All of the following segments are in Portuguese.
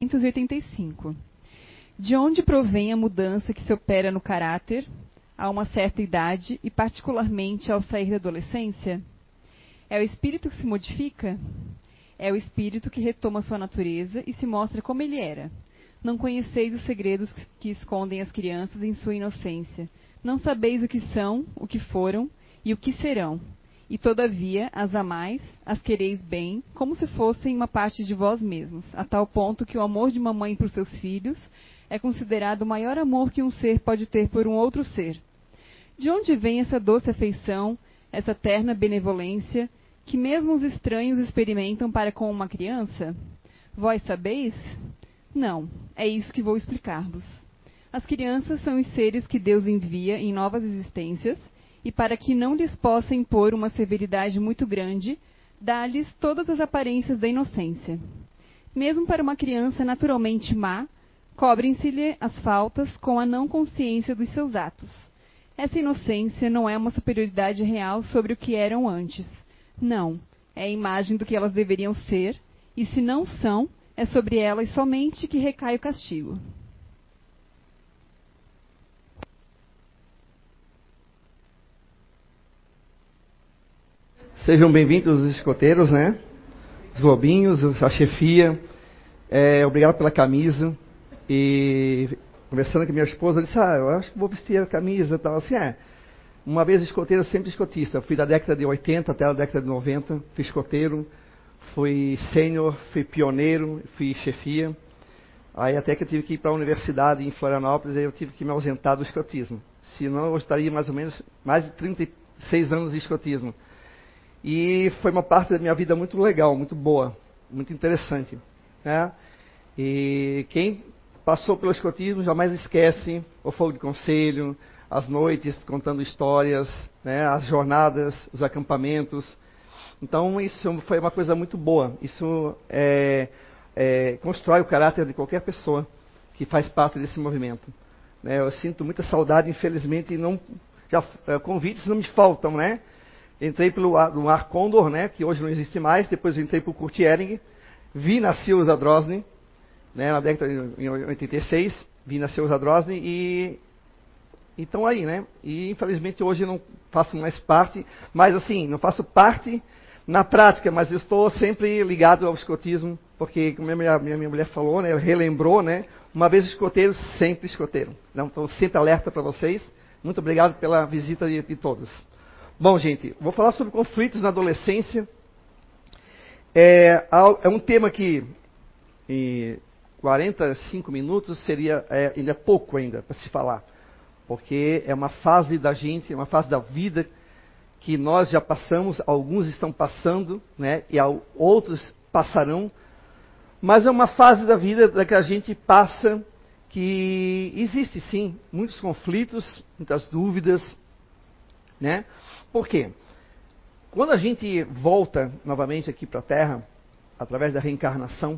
1985. De onde provém a mudança que se opera no caráter a uma certa idade e particularmente ao sair da adolescência? É o espírito que se modifica? É o espírito que retoma sua natureza e se mostra como ele era. Não conheceis os segredos que escondem as crianças em sua inocência. Não sabeis o que são, o que foram e o que serão. E todavia as amais, as quereis bem, como se fossem uma parte de vós mesmos, a tal ponto que o amor de uma mãe por seus filhos é considerado o maior amor que um ser pode ter por um outro ser. De onde vem essa doce afeição, essa terna benevolência, que mesmo os estranhos experimentam para com uma criança? Vós sabeis? Não, é isso que vou explicar-vos. As crianças são os seres que Deus envia em novas existências, e para que não lhes possa impor uma severidade muito grande, dá-lhes todas as aparências da inocência. Mesmo para uma criança naturalmente má, cobrem-se-lhe as faltas com a não consciência dos seus atos. Essa inocência não é uma superioridade real sobre o que eram antes. Não, é a imagem do que elas deveriam ser, e se não são, é sobre elas somente que recai o castigo. Sejam bem-vindos os escoteiros, né? Os lobinhos, a chefia. Obrigado pela camisa. E conversando com minha esposa, eu disse, eu acho que vou vestir a camisa e tal. Assim, uma vez escoteiro, sempre escotista. Fui da década de 80 até a década de 90, fui escoteiro, fui sênior, fui pioneiro, fui chefia. Aí até que eu tive que ir para a universidade em Florianópolis, aí eu tive que me ausentar do escotismo. Senão eu estaria mais ou menos mais de 36 anos de escotismo. E foi uma parte da minha vida muito legal, muito boa, muito interessante, né? E quem passou pelo escotismo jamais esquece o fogo de conselho, as noites contando histórias, né? As jornadas, os acampamentos. Então isso foi uma coisa muito boa. Isso constrói o caráter de qualquer pessoa que faz parte desse movimento, né? Eu sinto muita saudade, infelizmente, convites não me faltam, né? Entrei pelo Ar Condor, né, que hoje não existe mais. Depois eu entrei para o Kurt Ehring. Vi nascer o Zadrozny, né, na década de 86. Vi nascer o Zadrozny e estão aí, né? E infelizmente hoje eu não faço mais parte. Mas assim, não faço parte na prática, mas eu estou sempre ligado ao escotismo. Porque, como minha mulher falou, né, relembrou, né? Uma vez escoteiro, sempre escoteiro. Então, sempre alerta para vocês. Muito obrigado pela visita de todos. Bom, gente, vou falar sobre conflitos na adolescência. É um tema que em 45 minutos seria ainda pouco ainda para se falar. Porque é uma fase da gente, é uma fase da vida que nós já passamos, alguns estão passando, né, e outros passarão. Mas é uma fase da vida da que a gente passa que existe sim muitos conflitos, muitas dúvidas, né? Por quê? Quando a gente volta novamente aqui para a Terra, através da reencarnação,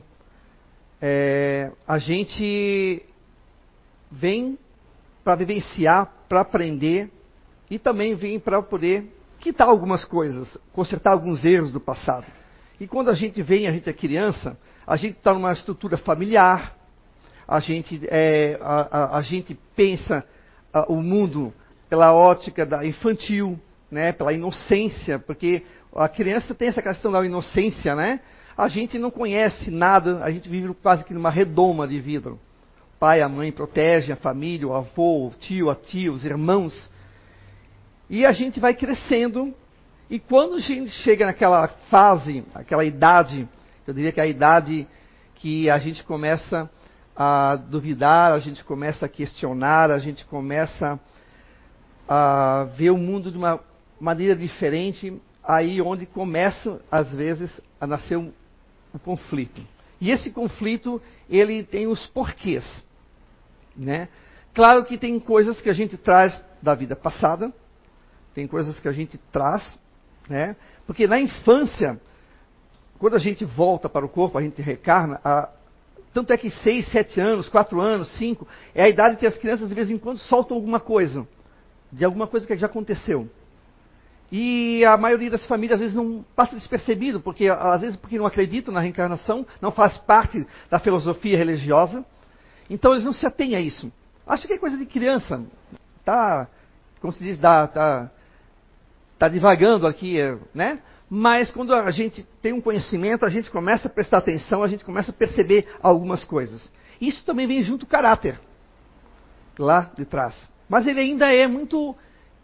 a gente vem para vivenciar, para aprender, e também vem para poder quitar algumas coisas, consertar alguns erros do passado. E quando a gente é criança, a gente está numa estrutura familiar, a gente pensa o mundo pela ótica da infantil, né, pela inocência, porque a criança tem essa questão da inocência, né? A gente não conhece nada, a gente vive quase que numa redoma de vidro. O pai, a mãe protegem a família, o avô, o tio, a tia, os irmãos. E a gente vai crescendo, e quando a gente chega naquela fase, aquela idade, eu diria que é a idade que a gente começa a duvidar, a gente começa a questionar, a gente começa a ver o mundo de uma maneira diferente, aí onde começa, às vezes, a nascer um conflito. E esse conflito, ele tem os porquês, né? Claro que tem coisas que a gente traz da vida passada, tem coisas que a gente traz, né? Porque na infância, quando a gente volta para o corpo, a gente reencarna, tanto é que 6, 7 anos, 4 anos, 5, é a idade que as crianças de vez em quando soltam alguma coisa, de alguma coisa que já aconteceu. E a maioria das famílias às vezes não passa despercebido, porque às vezes porque não acreditam na reencarnação, não faz parte da filosofia religiosa. Então eles não se atêm a isso. Acho que é coisa de criança. Tá, como se diz, tá divagando aqui, né? Mas quando a gente tem um conhecimento, a gente começa a prestar atenção, a gente começa a perceber algumas coisas. Isso também vem junto o caráter, lá de trás. Mas ele ainda é muito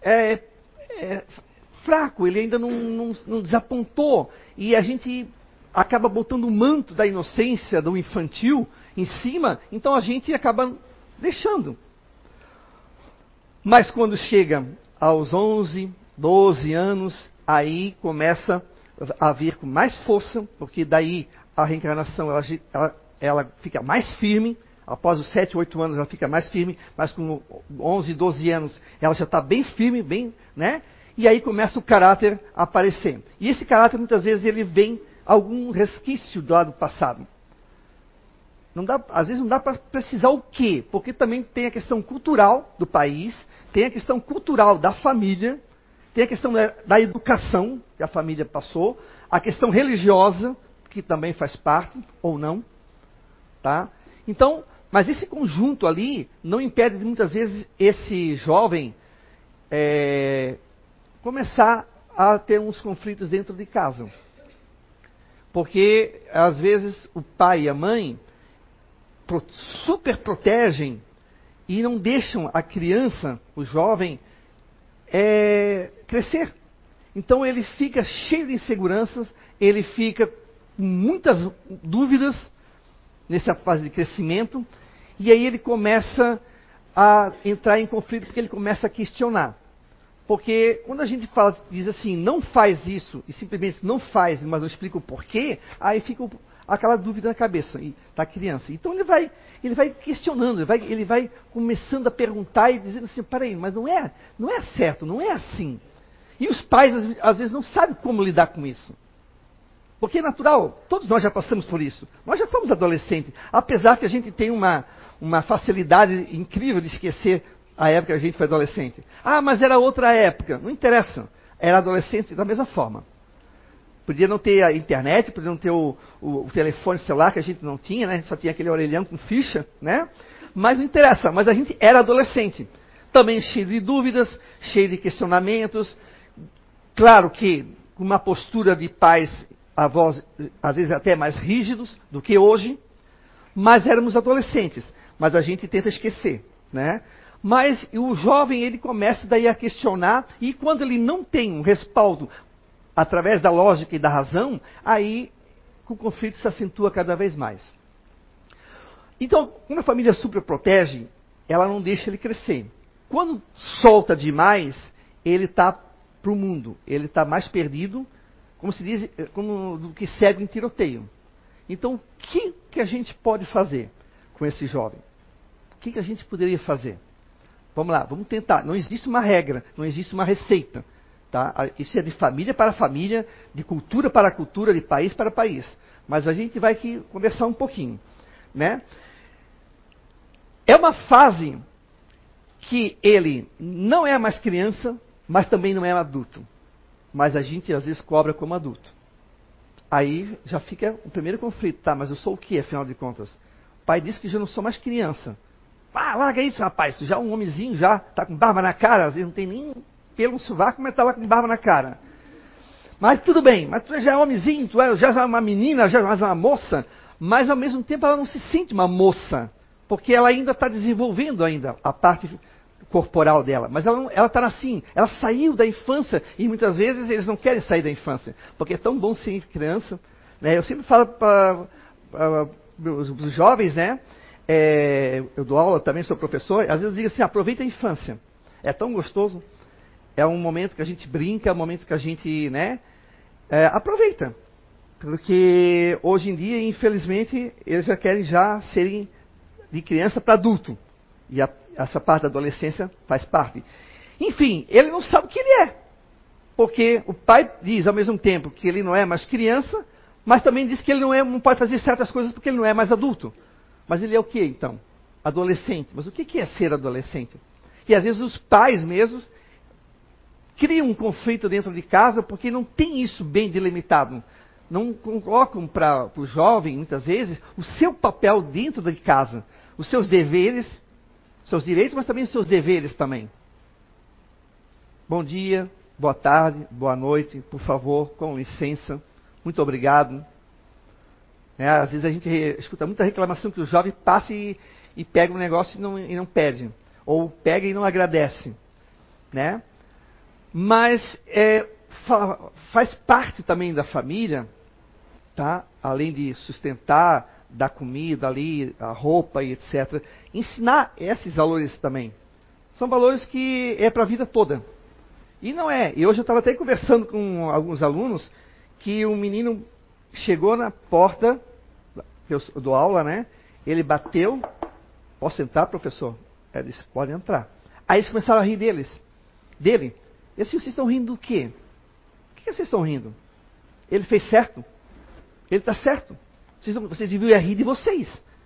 fraco, ele ainda não desapontou. E a gente acaba botando o manto da inocência, do infantil, em cima, então a gente acaba deixando. Mas quando chega aos 11, 12 anos, aí começa a vir com mais força, porque daí a reencarnação ela fica mais firme. Após os 7, 8 anos ela fica mais firme, mas com 11, 12 anos ela já está bem firme, bem, né? E aí começa o caráter a aparecer. E esse caráter muitas vezes ele vem algum resquício do lado passado. Às vezes não dá para precisar o quê? Porque também tem a questão cultural do país, tem a questão cultural da família, tem a questão da educação que a família passou, a questão religiosa, que também faz parte, ou não. Tá? Então, mas esse conjunto ali não impede de muitas vezes esse jovem começar a ter uns conflitos dentro de casa. Porque às vezes o pai e a mãe super protegem e não deixam a criança, o jovem, crescer. Então ele fica cheio de inseguranças, ele fica com muitas dúvidas nessa fase de crescimento, e aí ele começa a entrar em conflito porque ele começa a questionar. Porque quando a gente diz assim, não faz isso, e simplesmente não faz, mas não explica o porquê, aí fica aquela dúvida na cabeça da criança. Então ele vai questionando, ele vai começando a perguntar e dizendo assim, peraí, mas não é certo, não é assim. E os pais às vezes não sabem como lidar com isso. Porque é natural, todos nós já passamos por isso. Nós já fomos adolescentes, apesar que a gente tem uma facilidade incrível de esquecer a época que a gente foi adolescente. Ah, mas era outra época. Não interessa, era adolescente da mesma forma. Podia não ter a internet, podia não ter o telefone celular que a gente não tinha, né? A gente só tinha aquele orelhão com ficha, né? Mas não interessa, mas a gente era adolescente. Também cheio de dúvidas, cheio de questionamentos. Claro que com uma postura de pais, avós, às vezes até mais rígidos do que hoje, mas éramos adolescentes. Mas a gente tenta esquecer, né? Mas o jovem, ele começa daí a questionar, e quando ele não tem um respaldo através da lógica e da razão, aí o conflito se acentua cada vez mais. Então, quando a família superprotege, ela não deixa ele crescer. Quando solta demais, ele está para o mundo, ele está mais perdido, como se diz, como do que cego em tiroteio. Então, o que a gente pode fazer com esse jovem? O que a gente poderia fazer? Vamos lá, vamos tentar. Não existe uma regra, não existe uma receita. Tá? Isso é de família para família, de cultura para cultura, de país para país. Mas a gente vai aqui conversar um pouquinho. Né? É uma fase que ele não é mais criança, mas também não é adulto. Mas a gente às vezes cobra como adulto. Aí já fica o primeiro conflito. Tá, mas eu sou o que, afinal de contas? O pai disse que já não sou mais criança. Ah, larga isso, rapaz. Já um homenzinho já tá com barba na cara, às vezes não tem nem pelo no sovaco, mas tá lá com barba na cara. Mas tudo bem, mas tu já é homenzinho, já é uma menina, já é uma moça, mas ao mesmo tempo ela não se sente uma moça, porque ela ainda está desenvolvendo ainda a parte corporal dela, mas ela está assim, ela saiu da infância, e muitas vezes eles não querem sair da infância, porque é tão bom ser criança, né? Eu sempre falo para os jovens, né? Eu dou aula também, sou professor, às vezes eu digo assim, aproveita a infância, é tão gostoso, é um momento que a gente brinca, é um momento que a gente, né, aproveita, porque hoje em dia, infelizmente, eles já querem serem de criança para adulto, e essa parte da adolescência faz parte. Enfim, ele não sabe o que ele é, porque o pai diz ao mesmo tempo que ele não é mais criança, mas também diz que ele não pode fazer certas coisas porque ele não é mais adulto. Mas ele é o que então? Adolescente. Mas o que é ser adolescente? E às vezes os pais mesmos criam um conflito dentro de casa porque não tem isso bem delimitado. Não colocam para o jovem, muitas vezes, o seu papel dentro de casa, os seus deveres, seus direitos, mas também os seus deveres também. Bom dia, boa tarde, boa noite, por favor, com licença, muito obrigado. Às vezes a gente escuta muita reclamação que o jovem passa e pega um negócio e não pede, ou pega e não agradece, né? Mas faz parte também da família, tá? Além de sustentar, dar comida ali, a roupa e etc., ensinar esses valores também. São valores que é para a vida toda. E não é. E hoje eu estava até conversando com alguns alunos que um menino chegou na porta, eu dou aula, né? Ele bateu, posso entrar, professor? Ele disse, pode entrar. Aí eles começaram a rir dele. Eu disse, vocês estão rindo do quê? O que vocês estão rindo? Ele fez certo? Ele está certo? Vocês deviam rir de vocês.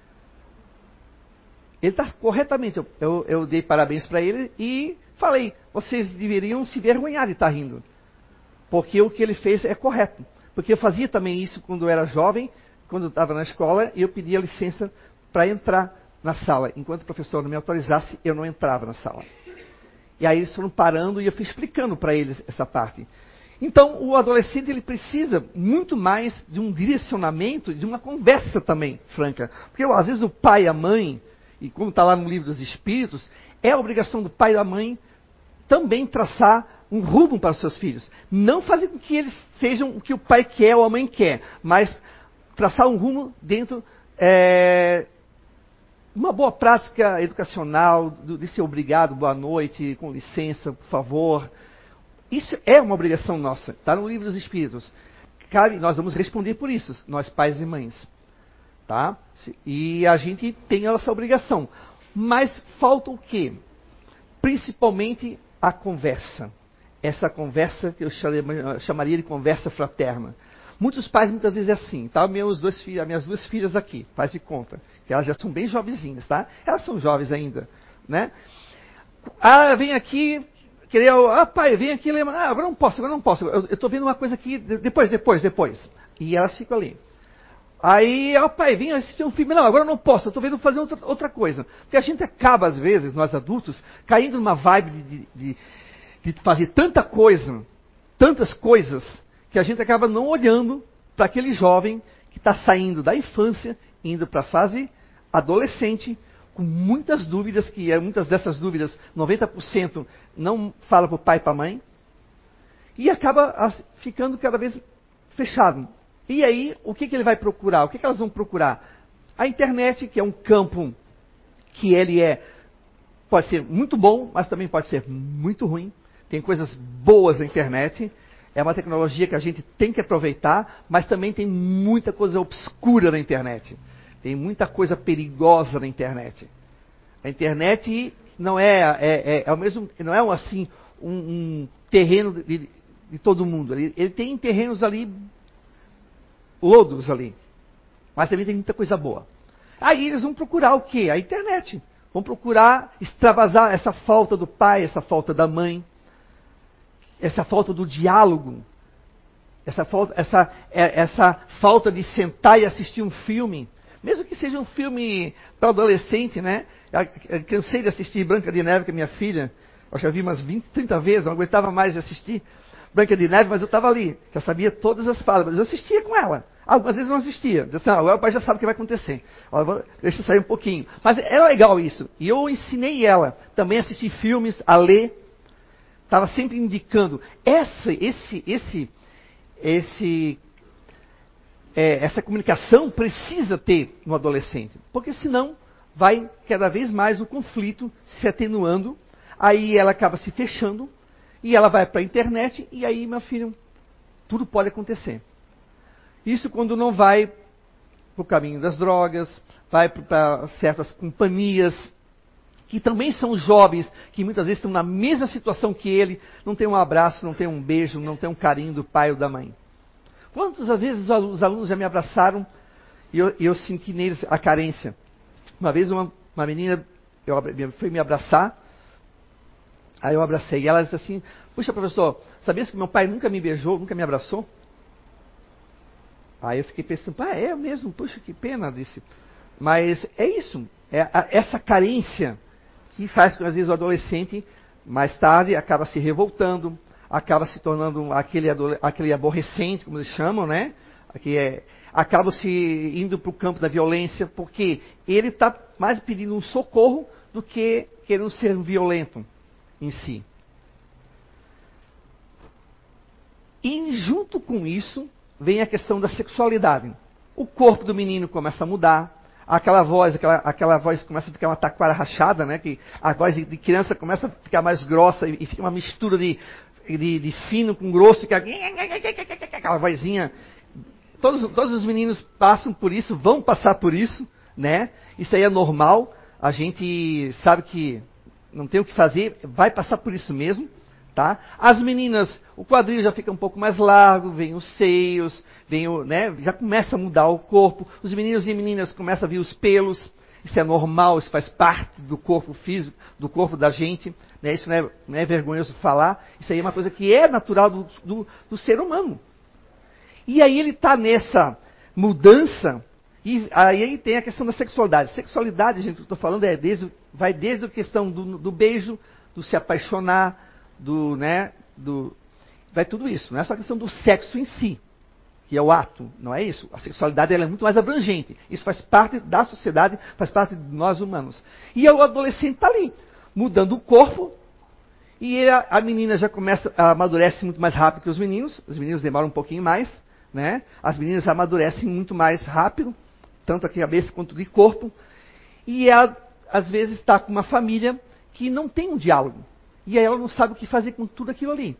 Ele está corretamente. Eu dei parabéns para ele e falei, vocês deveriam se vergonhar de estar rindo. Porque o que ele fez é correto. Porque eu fazia também isso quando eu era jovem, quando eu estava na escola, e eu pedia licença para entrar na sala. Enquanto o professor não me autorizasse, eu não entrava na sala. E aí eles foram parando e eu fui explicando para eles essa parte. Então, o adolescente ele precisa muito mais de um direcionamento, de uma conversa também, franca. Porque às vezes o pai e a mãe, e como está lá no livro dos Espíritos, é a obrigação do pai e da mãe também traçar um rumo para os seus filhos. Não fazer com que eles sejam o que o pai quer ou a mãe quer, mas traçar um rumo dentro de uma boa prática educacional, de ser obrigado, boa noite, com licença, por favor. Isso é uma obrigação nossa, está no livro dos Espíritos. Nós vamos responder por isso, nós pais e mães. Tá? E a gente tem essa obrigação. Mas falta o quê? Principalmente a conversa. Essa conversa que eu chamaria de conversa fraterna. Muitos pais muitas vezes é assim, tá? Minhas duas filhas aqui, faz de conta, que elas já são bem jovenzinhas, tá? Elas são jovens ainda, né? Vem aqui, pai, vem aqui, agora não posso, eu estou vendo uma coisa aqui, depois. E elas ficam ali. Aí, pai, vem assistir um filme. Não, agora eu não posso, eu estou vendo fazer outra coisa. Porque a gente acaba, às vezes, nós adultos, caindo numa vibe de fazer tantas coisas, que a gente acaba não olhando para aquele jovem que está saindo da infância, indo para a fase adolescente, com muitas dúvidas, muitas dessas dúvidas, 90% não fala para o pai e para a mãe, e acaba ficando cada vez fechado. E aí, o que ele vai procurar? O que elas vão procurar? A internet, que é um campo que pode ser muito bom, mas também pode ser muito ruim. Tem coisas boas na internet. É uma tecnologia que a gente tem que aproveitar, mas também tem muita coisa obscura na internet. Tem muita coisa perigosa na internet. A internet não é um terreno de todo mundo. Ele tem terrenos ali, lodos ali. Mas também tem muita coisa boa. Aí eles vão procurar o quê? A internet. Vão procurar extravasar essa falta do pai, essa falta da mãe, essa falta do diálogo, essa falta de sentar e assistir um filme, mesmo que seja um filme para adolescente, né? Eu cansei de assistir Branca de Neve com a minha filha, eu já vi umas 20, 30 vezes, não aguentava mais de assistir Branca de Neve, mas eu estava ali, já sabia todas as falas, mas eu assistia com ela. Algumas vezes não assistia, dizia assim, agora o pai já sabe o que vai acontecer, deixa eu sair um pouquinho. Mas era legal isso, e eu ensinei ela também a assistir filmes, a ler. Estava sempre indicando, essa comunicação precisa ter no adolescente, porque senão vai cada vez mais o conflito se atenuando, aí ela acaba se fechando, e ela vai para a internet, e aí, meu filho, tudo pode acontecer. Isso quando não vai para o caminho das drogas, vai para certas companhias, que também são jovens, que muitas vezes estão na mesma situação que ele, não tem um abraço, não tem um beijo, não tem um carinho do pai ou da mãe. Quantas vezes os alunos já me abraçaram e eu senti neles a carência? Uma vez uma menina foi me abraçar Aí eu abracei. E ela disse assim, puxa, professor, sabia que meu pai nunca me beijou, nunca me abraçou? Aí eu fiquei pensando, é mesmo, puxa, que pena, disse. Mas é isso, essa carência que faz com que às vezes o adolescente, mais tarde, acaba se revoltando, acaba se tornando aquele aborrecente, como eles chamam, né? Acaba se indo para o campo da violência, porque ele está mais pedindo um socorro do que querendo ser violento em si. E junto com isso, vem a questão da sexualidade. O corpo do menino começa a mudar, aquela voz começa a ficar uma taquara rachada, né? Que a voz de criança começa a ficar mais grossa e fica uma mistura de fino com grosso, aquela vozinha. Todos os meninos passam por isso, vão passar por isso, né? Isso aí é normal, a gente sabe que não tem o que fazer, vai passar por isso mesmo. Tá? As meninas, o quadril já fica um pouco mais largo, vem os seios, né, já começa a mudar o corpo. Os meninos e meninas começam a vir os pelos. Isso é normal, isso faz parte do corpo físico, do corpo da gente. Né? Isso não é vergonhoso falar. Isso aí é uma coisa que é natural do ser humano. E aí ele está nessa mudança, e aí tem a questão da sexualidade. Sexualidade, gente, que eu estou falando, vai desde a questão do beijo, do se apaixonar, vai tudo isso, não é só a questão do sexo em si, que é o ato, não é isso. A sexualidade ela é muito mais abrangente, isso faz parte da sociedade, faz parte de nós humanos. E o adolescente está ali, mudando o corpo, e a menina já amadurece muito mais rápido que os meninos demoram um pouquinho mais, né? As meninas amadurecem muito mais rápido, tanto a cabeça quanto de corpo, e ela às vezes está com uma família que não tem um diálogo. E aí ela não sabe o que fazer com tudo aquilo ali.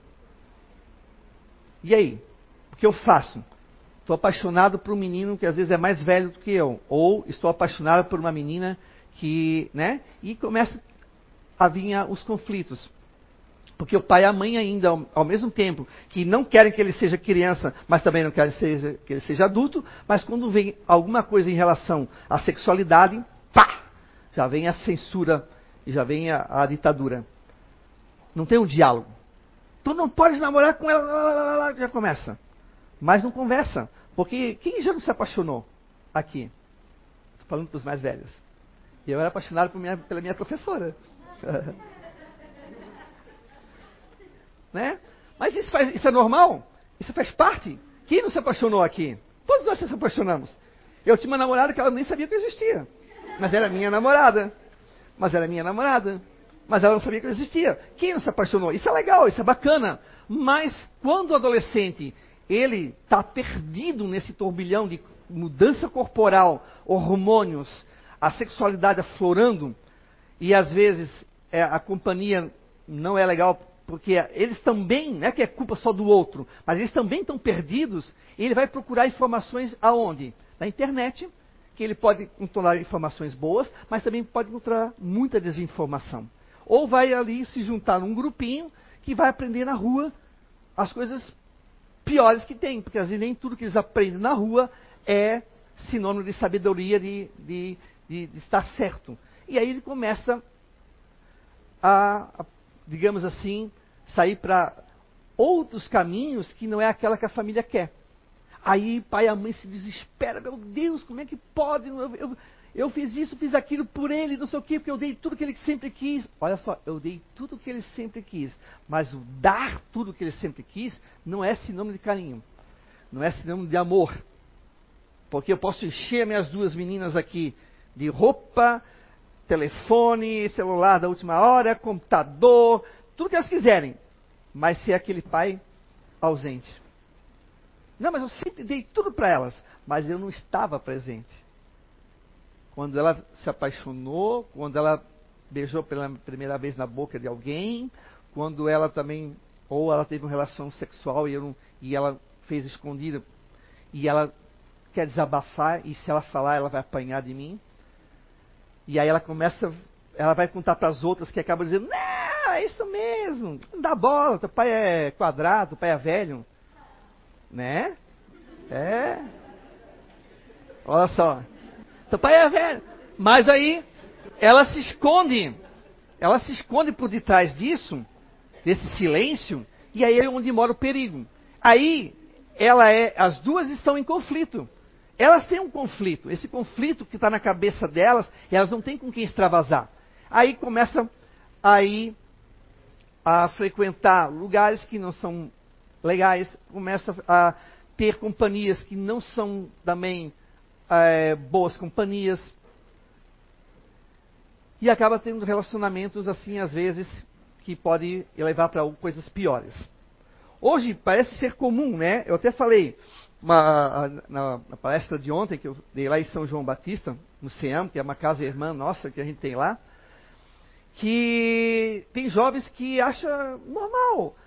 E aí? O que eu faço? Estou apaixonado por um menino que às vezes é mais velho do que eu. Ou estou apaixonado por uma menina que, né? E começa a vir os conflitos. Porque o pai e a mãe ainda, ao mesmo tempo, que não querem que ele seja criança, mas também não querem que ele seja adulto, mas quando vem alguma coisa em relação à sexualidade, pá! Já vem a censura e já vem a ditadura. Não tem um diálogo. Tu não pode namorar com ela, já começa. Mas não conversa. Porque quem já não se apaixonou aqui? Estou falando para os mais velhos. E eu era apaixonado pela minha professora. Né? Mas isso é normal? Isso faz parte? Quem não se apaixonou aqui? Todos nós se apaixonamos. Eu tinha uma namorada que ela nem sabia que eu existia. Mas era minha namorada. Mas ela não sabia que eu existia. Quem não se apaixonou? Isso é legal, isso é bacana. Mas quando o adolescente, ele está perdido nesse turbilhão de mudança corporal, hormônios, a sexualidade aflorando, e às vezes a companhia não é legal, porque eles também, não é que é culpa só do outro, mas eles também estão perdidos, e ele vai procurar informações aonde? Na internet, que ele pode encontrar informações boas, mas também pode encontrar muita desinformação. Ou vai ali se juntar num grupinho que vai aprender na rua as coisas piores que tem, porque às vezes nem tudo que eles aprendem na rua é sinônimo de sabedoria, de estar certo. E aí ele começa digamos assim, sair para outros caminhos que não é aquela que a família quer. Aí pai e a mãe se desespera, meu Deus, como é que pode? Eu fiz isso, fiz aquilo por ele, não sei o quê, porque eu dei tudo que ele sempre quis. Olha só, eu dei tudo que ele sempre quis. Mas o dar tudo que ele sempre quis não é sinônimo de carinho. Não é sinônimo de amor. Porque eu posso encher minhas duas meninas aqui de roupa, telefone, celular da última hora, computador, tudo que elas quiserem. Mas se é aquele pai ausente. Não, mas eu sempre dei tudo para elas. Mas eu não estava presente. Quando ela se apaixonou, quando ela beijou pela primeira vez na boca de alguém, quando ela também, ou ela teve uma relação sexual e ela fez escondida, e ela quer desabafar, e se ela falar, ela vai apanhar de mim. E aí ela vai contar para as outras que acabam dizendo, não, é isso mesmo, não dá bola, teu pai é quadrado, teu pai é velho. Né? É. Olha só. Teu pai é velho. Mas aí, ela se esconde. ela se esconde por detrás disso, desse silêncio, e aí é onde mora o perigo. Aí, as duas estão em conflito. Elas têm um conflito. Esse conflito que está na cabeça delas, elas não têm com quem extravasar. Aí começam a frequentar lugares que não são legais, começam a ter companhias que não são também boas companhias, e acaba tendo relacionamentos assim, às vezes, que podem levar para coisas piores. Hoje parece ser comum, né? Eu até falei na palestra de ontem, que eu dei lá em São João Batista, no CEAM, que é uma casa irmã nossa que a gente tem lá, que tem jovens que acham normal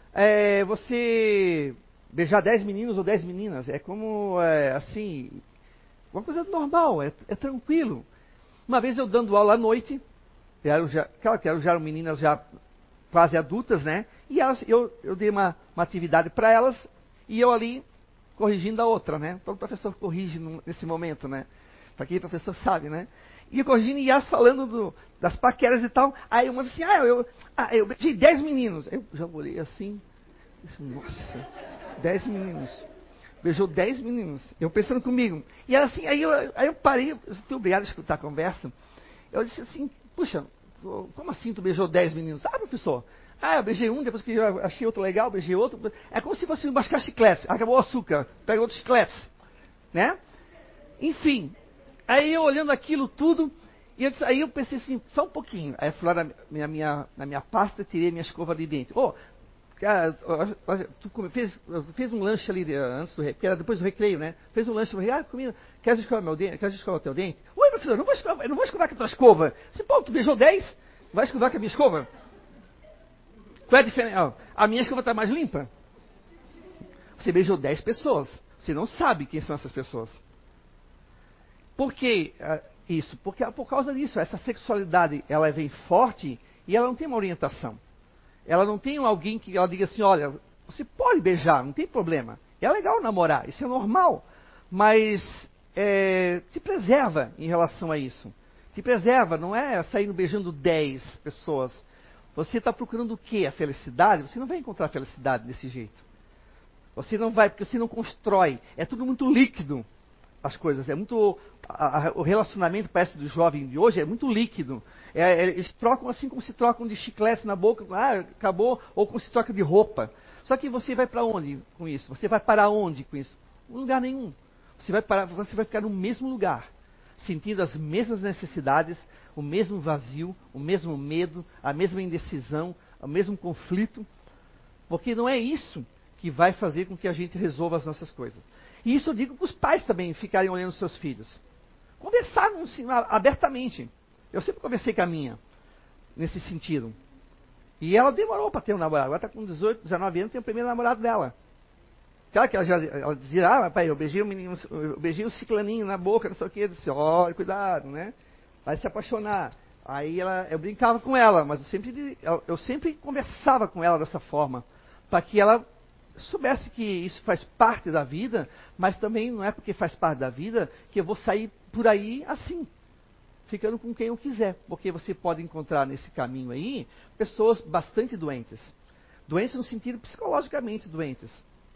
você beijar 10 meninos ou 10 meninas. É como, assim, uma coisa normal, é tranquilo. Uma vez eu dando aula à noite, claro que elas já eram meninas já quase adultas, né? E eu dei uma atividade para elas, e eu ali corrigindo a outra, né? Todo professor corrige nesse momento, né? Para quem professor sabe, né? E eu corrigindo e elas falando das paqueras e tal. Aí uma assim, eu beijei 10 meninos. Eu já olhei assim, disse, nossa, 10 meninos. Beijou 10 meninos. Eu pensando comigo. E ela assim, aí eu parei, eu fui obrigado a escutar a conversa. Eu disse assim, puxa, como assim tu beijou 10 meninos? Ah, professor, eu beijei um, depois que eu achei outro legal, beijei outro. É como se fosse mascar chiclete. Acabou o açúcar, pega outros chicletes. Né? Enfim, aí eu olhando aquilo tudo, aí eu pensei assim, só um pouquinho. Aí eu fui lá na minha pasta, tirei minha escova de dente. Cara, tu fez um lanche ali antes do recreio, porque era depois do recreio, né? Fez um lanche, comida, queres escovar meu dente? Queres escovar o teu dente? Oi, professor, eu não vou escovar com a tua escova. Se pô, tu beijou 10, vai escovar com a minha escova? Qual é a diferença? A minha escova está mais limpa. Você beijou 10 pessoas. Você não sabe quem são essas pessoas. Por que isso? Porque por causa disso, essa sexualidade, ela vem forte e ela não tem uma orientação. Ela não tem alguém que ela diga assim, olha, você pode beijar, não tem problema. É legal namorar, isso é normal. Mas te preserva em relação a isso. Te preserva, não é saindo beijando 10 pessoas. Você está procurando o quê? A felicidade? Você não vai encontrar a felicidade desse jeito. Você não vai, porque você não constrói. É tudo muito líquido. As coisas, é muito. O relacionamento, parece, do jovem de hoje é muito líquido. Eles trocam assim como se trocam de chiclete na boca, acabou, ou como se troca de roupa. Só que você vai para onde com isso? Você vai para onde com isso? Um lugar nenhum. Você vai ficar no mesmo lugar, sentindo as mesmas necessidades, o mesmo vazio, o mesmo medo, a mesma indecisão, o mesmo conflito. Porque não é isso que vai fazer com que a gente resolva as nossas coisas. E isso eu digo para os pais também ficarem olhando os seus filhos. Conversar abertamente. Eu sempre conversei com a minha, nesse sentido. E ela demorou para ter um namorado. Ela está com 18, 19 anos, tem o primeiro namorado dela. Claro que ela dizia, pai, eu beijei o menino, eu beijei o ciclaninho na boca, não sei o quê. Eu disse, olha, cuidado, né? Vai se apaixonar. Aí eu brincava com ela, mas eu sempre conversava com ela dessa forma, para que ela soubesse que isso faz parte da vida, mas também não é porque faz parte da vida que eu vou sair por aí assim, ficando com quem eu quiser, porque você pode encontrar nesse caminho aí pessoas bastante doentes. Doentes no sentido psicologicamente doentes.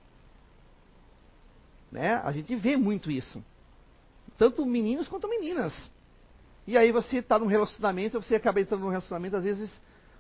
Né? A gente vê muito isso. Tanto meninos quanto meninas. E aí você está num relacionamento, você acaba entrando num relacionamento, às vezes,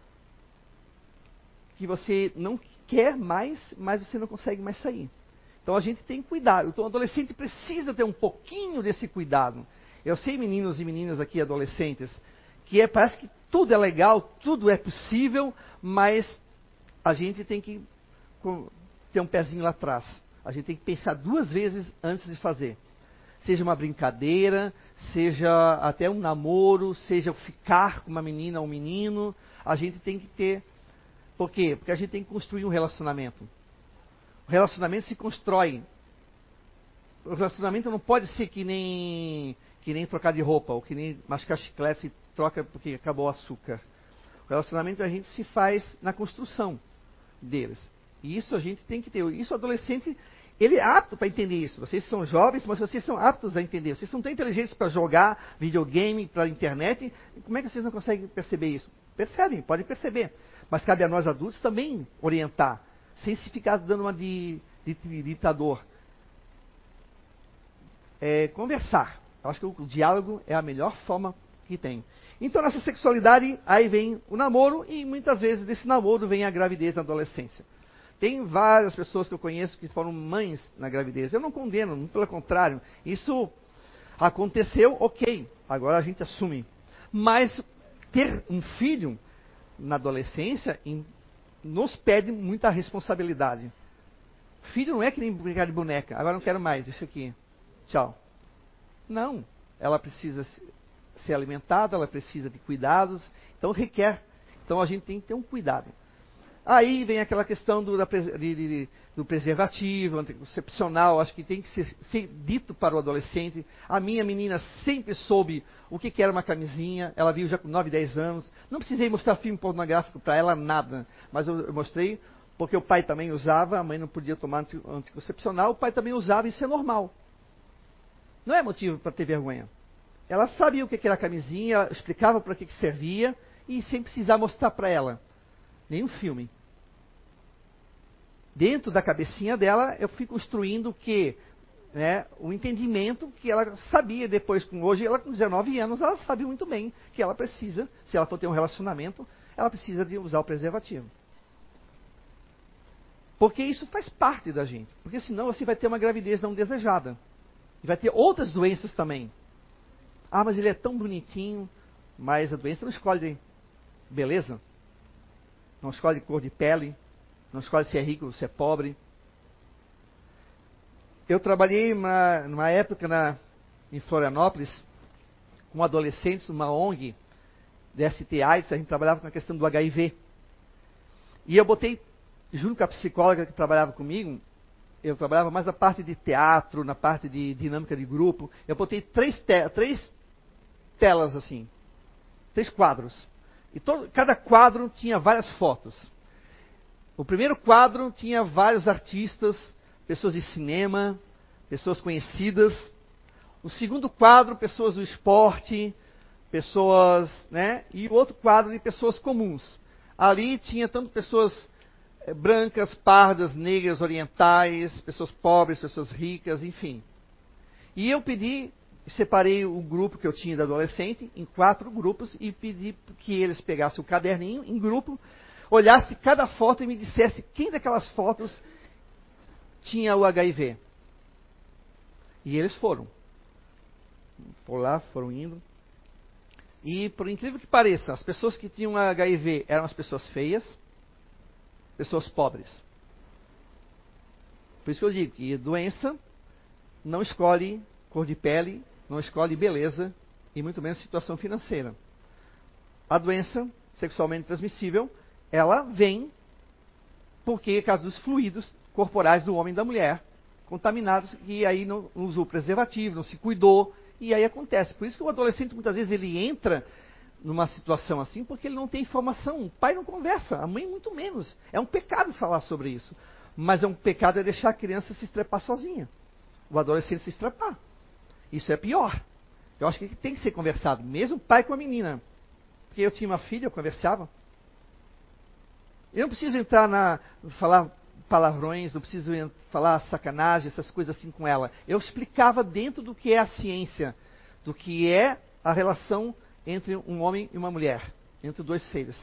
que você não quer mais, mas você não consegue mais sair. Então a gente tem que cuidar. Então o adolescente precisa ter um pouquinho desse cuidado. Eu sei, meninos e meninas aqui, adolescentes, que parece que tudo é legal, tudo é possível, mas a gente tem que ter um pezinho lá atrás. A gente tem que pensar 2 vezes antes de fazer. Seja uma brincadeira, seja até um namoro, seja ficar com uma menina ou um menino, a gente tem que ter. Por quê? Porque a gente tem que construir um relacionamento. O relacionamento se constrói. O relacionamento não pode ser que nem trocar de roupa, ou que nem mascar chiclete e troca porque acabou o açúcar. O relacionamento a gente se faz na construção deles. E isso a gente tem que ter. Isso o adolescente, ele é apto para entender isso. Vocês são jovens, mas vocês são aptos a entender. Vocês são tão inteligentes para jogar videogame, para a internet. Como é que vocês não conseguem perceber isso? Percebem, podem perceber. Mas cabe a nós adultos também orientar, sem se ficar dando uma de ditador. Conversar. Eu acho que o diálogo é a melhor forma que tem. Então, nessa sexualidade, aí vem o namoro, e muitas vezes desse namoro vem a gravidez na adolescência. Tem várias pessoas que eu conheço que foram mães na gravidez. Eu não condeno, muito pelo contrário. Isso aconteceu, ok, agora a gente assume. Mas ter um filho na adolescência nos pede muita responsabilidade. Filho não é que nem brincar de boneca. Agora não quero mais, isso aqui. Tchau. Não, ela precisa ser alimentada, ela precisa de cuidados, então requer. Então a gente tem que ter um cuidado. Aí vem aquela questão do preservativo, anticoncepcional, acho que tem que ser dito para o adolescente. A minha menina sempre soube o que era uma camisinha, ela viu já com 9, 10 anos. Não precisei mostrar filme pornográfico para ela, nada. Mas eu mostrei porque o pai também usava, a mãe não podia tomar anticoncepcional, o pai também usava, isso é normal. Não é motivo para ter vergonha. Ela sabia o que era a camisinha, ela explicava para que servia, e sem precisar mostrar para ela. Nenhum filme. Dentro da cabecinha dela, eu fui construindo o que? O entendimento que ela sabia depois. Hoje, ela com 19 anos, ela sabe muito bem que ela precisa, se ela for ter um relacionamento, ela precisa de usar o preservativo. Porque isso faz parte da gente. Porque senão você vai ter uma gravidez não desejada. E vai ter outras doenças também. Ah, mas ele é tão bonitinho. Mas a doença não escolhe beleza. Não escolhe cor de pele, não escolhe se é rico ou se é pobre. Eu trabalhei numa época em Florianópolis com adolescentes, numa ONG de ST/AIDS, a gente trabalhava com a questão do HIV. E eu botei, junto com a psicóloga que trabalhava comigo, eu trabalhava mais na parte de teatro, na parte de dinâmica de grupo, eu botei três telas assim, 3 quadros. E cada quadro tinha várias fotos. O primeiro quadro tinha vários artistas, pessoas de cinema, pessoas conhecidas. O segundo quadro, pessoas do esporte, pessoas, E o outro quadro de pessoas comuns. Ali tinha tanto pessoas brancas, pardas, negras, orientais, pessoas pobres, pessoas ricas, enfim. E eu separei o grupo que eu tinha de adolescente em 4 grupos e pedi que eles pegassem o caderninho em grupo, olhassem cada foto e me dissessem quem daquelas fotos tinha o HIV. E eles foram. Foram lá, foram indo. E, por incrível que pareça, as pessoas que tinham HIV eram as pessoas feias, pessoas pobres. Por isso que eu digo que doença não escolhe cor de pele, não escolhe beleza e muito menos situação financeira. A doença sexualmente transmissível, ela vem porque é causa dos fluidos corporais do homem e da mulher contaminados e aí não usou preservativo, não se cuidou e aí acontece. Por isso que o adolescente muitas vezes ele entra numa situação assim porque ele não tem informação. O pai não conversa, a mãe muito menos. É um pecado falar sobre isso. Mas é um pecado deixar a criança se estrepar sozinha. O adolescente se estrepar. Isso é pior. Eu acho que tem que ser conversado, mesmo pai com a menina. Porque eu tinha uma filha, eu conversava. Eu não preciso entrar falar palavrões, não preciso falar sacanagem, essas coisas assim com ela. Eu explicava dentro do que é a ciência, do que é a relação entre um homem e uma mulher, entre 2 seres.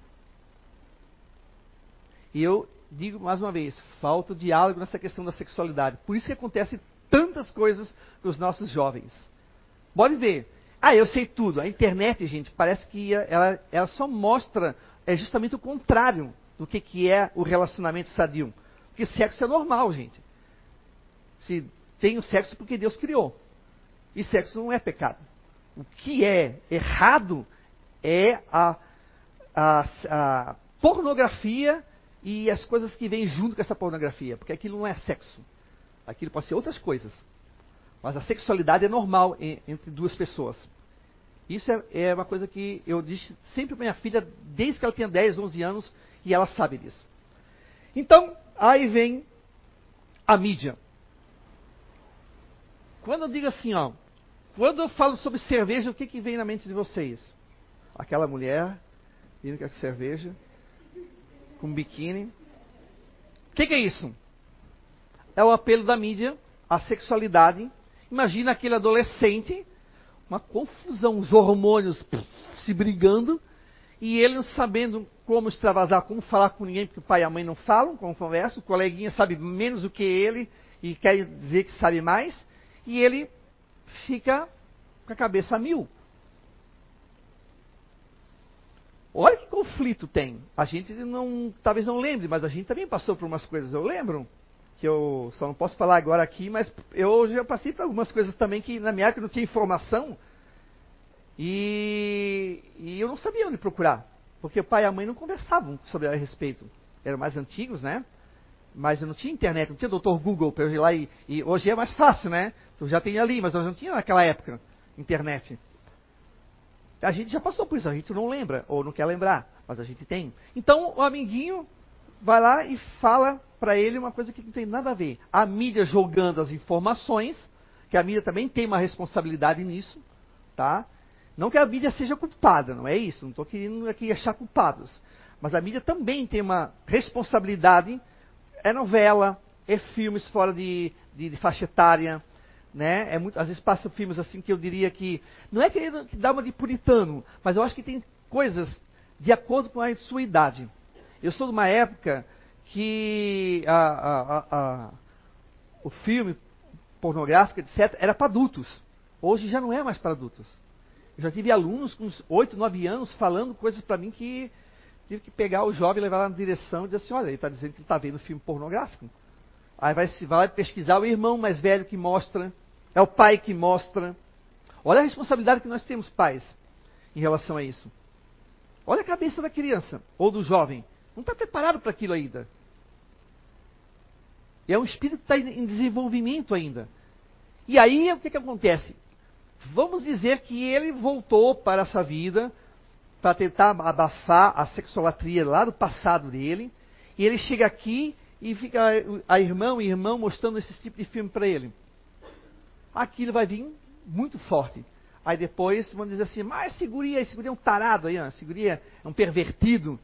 E eu digo mais uma vez, falta o diálogo nessa questão da sexualidade. Por isso que acontece tantas coisas com os nossos jovens. Pode ver. Eu sei tudo. A internet, gente, parece que ela só mostra justamente o contrário do que é o relacionamento sadio. Porque sexo é normal, gente. Se tem o sexo porque Deus criou. E sexo não é pecado. O que é errado é a pornografia e as coisas que vêm junto com essa pornografia. Porque aquilo não é sexo. Aquilo pode ser outras coisas. Mas a sexualidade é normal entre 2 pessoas. Isso é uma coisa que eu disse sempre para minha filha, desde que ela tinha 10, 11 anos, e ela sabe disso. Então, aí vem a mídia. Quando eu digo assim, ó, quando eu falo sobre cerveja, o que, que vem na mente de vocês? Aquela mulher indo com a cerveja, com biquíni. O que, que é isso? É o apelo da mídia à sexualidade. Imagina aquele adolescente, uma confusão, os hormônios se brigando, e ele não sabendo como extravasar, como falar com ninguém, porque o pai e a mãe não falam, como conversam, o coleguinha sabe menos do que ele, e quer dizer que sabe mais, e ele fica com a cabeça a mil. Olha que conflito tem. A gente não, talvez não lembre, mas a gente também passou por umas coisas. Eu lembro, que eu só não posso falar agora aqui, mas eu já passei por algumas coisas também que na minha época não tinha informação. E eu não sabia onde procurar. Porque o pai e a mãe não conversavam sobre a respeito. Eram mais antigos, né? Mas eu não tinha internet, não tinha doutor Google para eu ir lá e hoje é mais fácil, né? Tu já tem ali, mas nós não tinha naquela época internet. A gente já passou por isso, a gente não lembra, ou não quer lembrar, mas a gente tem. Então o amiguinho vai lá e fala para ele uma coisa que não tem nada a ver. A mídia jogando as informações, que a mídia também tem uma responsabilidade nisso, tá? Não que a mídia seja culpada, não é isso, não estou querendo aqui achar culpados. Mas a mídia também tem uma responsabilidade, é novela, é filmes fora de faixa etária, né? Às vezes passam filmes assim que eu diria que, não é querendo dar uma de puritano, mas eu acho que tem coisas de acordo com a sua idade. Eu sou de uma época que o filme pornográfico, etc., era para adultos. Hoje já não é mais para adultos. Eu já tive alunos com uns 8, 9 anos falando coisas para mim que tive que pegar o jovem, levar lá na direção e dizer assim, olha, ele está dizendo que ele está vendo filme pornográfico. Aí vai pesquisar o irmão mais velho que mostra, é o pai que mostra. Olha a responsabilidade que nós temos, pais, em relação a isso. Olha a cabeça da criança, ou do jovem. Não está preparado para aquilo ainda. E é um espírito que está em desenvolvimento ainda. E aí, o que acontece? Vamos dizer que ele voltou para essa vida para tentar abafar a sexolatria lá do passado dele. E ele chega aqui e fica a irmã e irmão mostrando esse tipo de filme para ele. Aquilo vai vir muito forte. Aí depois vão dizer assim, mas esse guri é um tarado aí, esse guri é um pervertido.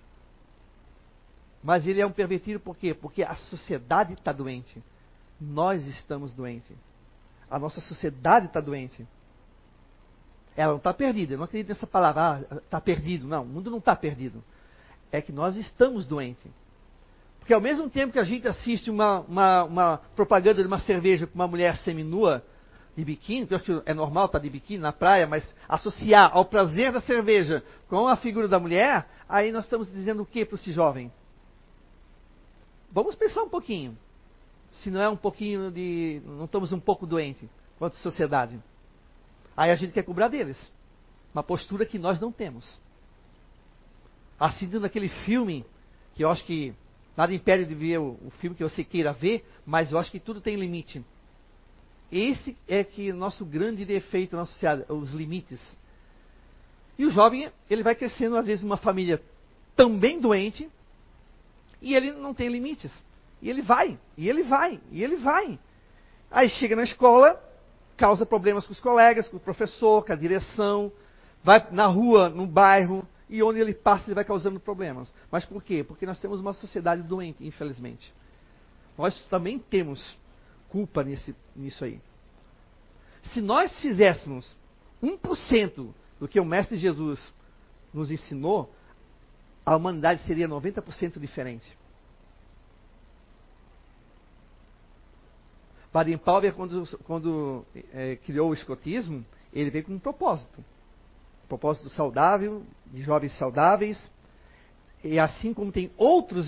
Mas ele é um pervertido por quê? Porque a sociedade está doente. Nós estamos doentes. A nossa sociedade está doente. Ela não está perdida. Eu não acredito nessa palavra, está perdido. Não, o mundo não está perdido. É que nós estamos doentes. Porque ao mesmo tempo que a gente assiste uma propaganda de uma cerveja com uma mulher seminua, de biquíni, que eu acho que é normal estar de biquíni na praia, mas associar ao prazer da cerveja com a figura da mulher, aí nós estamos dizendo o que para esse jovem? Vamos pensar um pouquinho. Se não é um pouquinho de... não estamos um pouco doentes quanto sociedade. Aí a gente quer cobrar deles. Uma postura que nós não temos. Assistindo naquele filme, que eu acho que nada impede de ver o filme que você queira ver, mas eu acho que tudo tem limite. Esse é que nosso grande defeito na sociedade, os limites. E o jovem, ele vai crescendo às vezes numa família também doente, e ele não tem limites. E ele vai, e ele vai, e ele vai. Aí chega na escola, causa problemas com os colegas, com o professor, com a direção, vai na rua, no bairro, e onde ele passa ele vai causando problemas. Mas por quê? Porque nós temos uma sociedade doente, infelizmente. Nós também temos culpa nisso aí. Se nós fizéssemos 1% do que o Mestre Jesus nos ensinou, a humanidade seria 90% diferente. Baden-Powell, quando criou o escotismo, ele veio com um propósito. Um propósito saudável, de jovens saudáveis. E assim como tem outras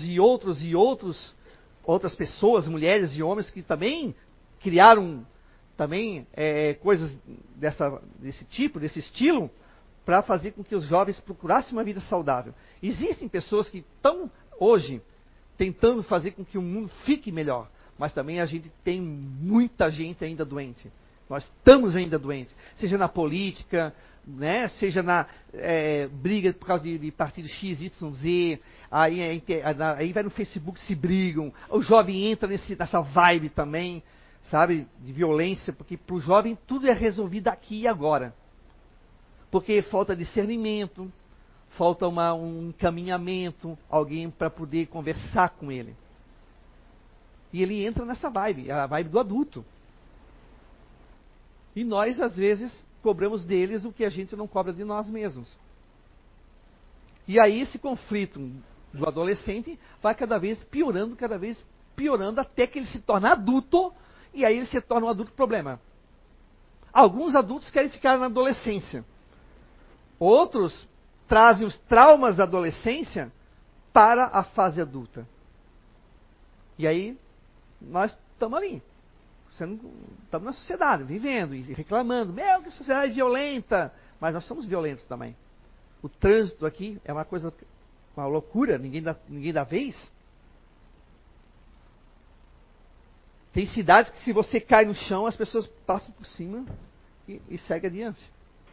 pessoas, mulheres e homens, que também criaram também coisas desse tipo, desse estilo, para fazer com que os jovens procurassem uma vida saudável. Existem pessoas que estão hoje tentando fazer com que o mundo fique melhor. Mas também a gente tem muita gente ainda doente. Nós estamos ainda doentes. Seja na política, né? Seja na briga por causa de partido X, Y, Z. Aí vai no Facebook, se brigam. O jovem entra nessa vibe também. sabe, de violência, porque para o jovem tudo é resolvido aqui e agora. Porque falta discernimento, falta um encaminhamento, alguém para poder conversar com ele. E ele entra nessa vibe, a vibe do adulto. E nós, às vezes, cobramos deles o que a gente não cobra de nós mesmos. E aí esse conflito do adolescente vai cada vez piorando, até que ele se torna adulto, e aí ele se torna um adulto problema. Alguns adultos querem ficar na adolescência. Outros trazem os traumas da adolescência para a fase adulta. E aí, nós estamos ali. Estamos na sociedade, vivendo e reclamando. Meu, que sociedade violenta! Mas nós somos violentos também. O trânsito aqui é uma coisa, uma loucura, ninguém dá vez. Tem cidades que se você cai no chão, as pessoas passam por cima e seguem adiante.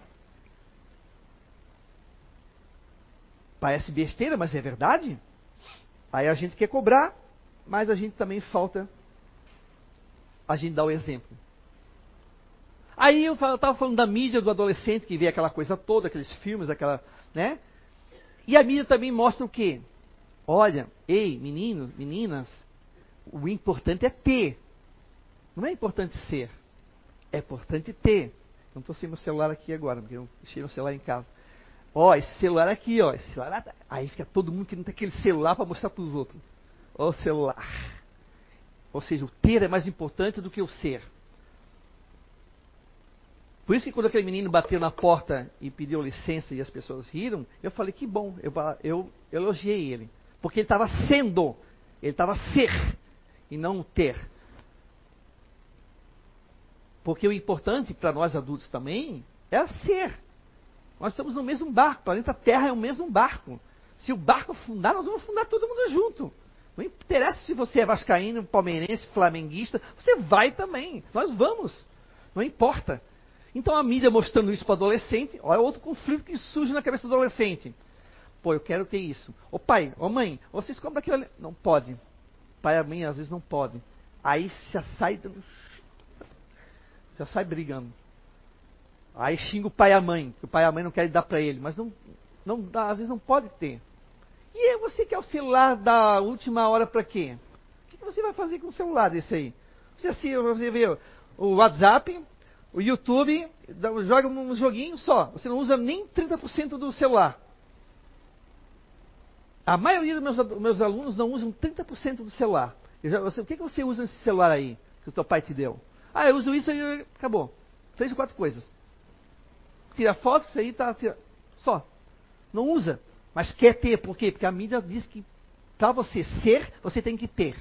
Parece besteira, mas é verdade. Aí a gente quer cobrar, mas a gente também falta a gente dar o exemplo. Aí eu estava falando da mídia do adolescente, que vê aquela coisa toda, aqueles filmes, né? E a mídia também mostra o quê? Olha, ei, meninos, meninas, o importante é ter. Não é importante ser. É importante ter. Não estou sem meu celular aqui agora, porque eu deixei meu celular em casa. Ó, esse celular aqui, ó. Esse celular, aí fica todo mundo querendo ter aquele celular para mostrar para os outros. Ó, o celular. Ou seja, o ter é mais importante do que o ser. Por isso que quando aquele menino bateu na porta e pediu licença e as pessoas riram, eu falei, que bom, eu elogiei ele. Porque ele estava sendo, ele estava ser, e não o ter. Porque o importante para nós adultos também é ser. Nós estamos no mesmo barco, o planeta Terra é o mesmo barco. Se o barco afundar, nós vamos afundar todo mundo junto. Não interessa se você é vascaíno, palmeirense, flamenguista, você vai também. Nós vamos. Não importa. Então a mídia mostrando isso para o adolescente, olha outro conflito que surge na cabeça do adolescente. Pô, eu quero ter isso. Ô pai, ô mãe, vocês compram aquilo ali. Não pode. Pai e mãe às vezes não podem. Aí já sai brigando. Aí xinga o pai e a mãe, que o pai e a mãe não querem dar para ele, mas não dá, às vezes não pode ter. E aí você quer o celular da última hora para quê? O que você vai fazer com o celular desse aí? Você vê o WhatsApp, o YouTube, joga um joguinho só. Você não usa nem 30% do celular. A maioria dos meus alunos não usam 30% do celular. O que você usa nesse celular aí, que o teu pai te deu? Ah, eu uso isso e acabou. 3 ou 4 coisas. Tira foto, isso aí tá. Só. Não usa. Mas quer ter. Por quê? Porque a mídia diz que para você ser, você tem que ter.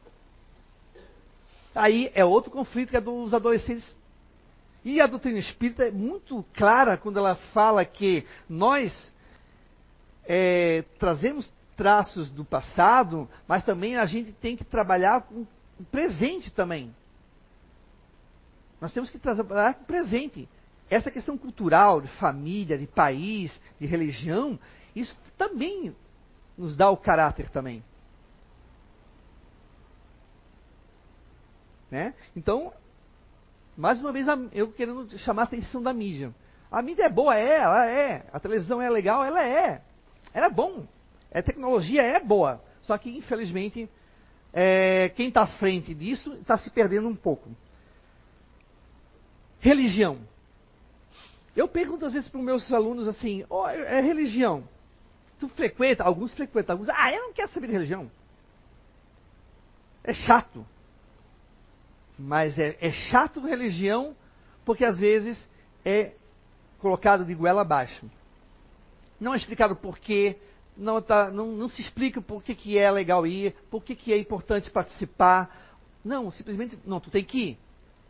Aí é outro conflito que é dos adolescentes. E a doutrina espírita é muito clara quando ela fala que nós trazemos traços do passado, mas também a gente tem que trabalhar com o presente também. Nós temos que trabalhar com o presente. Essa questão cultural, de família, de país, de religião, isso também nos dá o caráter também. Né? Então, mais uma vez, eu querendo chamar a atenção da mídia. A mídia é boa, ela é. A televisão é legal, ela é. Ela é bom. A tecnologia é boa. Só que, infelizmente, quem está à frente disso está se perdendo um pouco. Religião. Eu pergunto às vezes para os meus alunos assim, é religião. Tu frequenta? Alguns frequentam, alguns, eu não quero saber de religião. É chato. Mas é chato religião porque às vezes é colocado de goela abaixo. Não é explicado por quê, não se explica por que é legal ir, por que é importante participar. Não, simplesmente, não, tu tem que ir.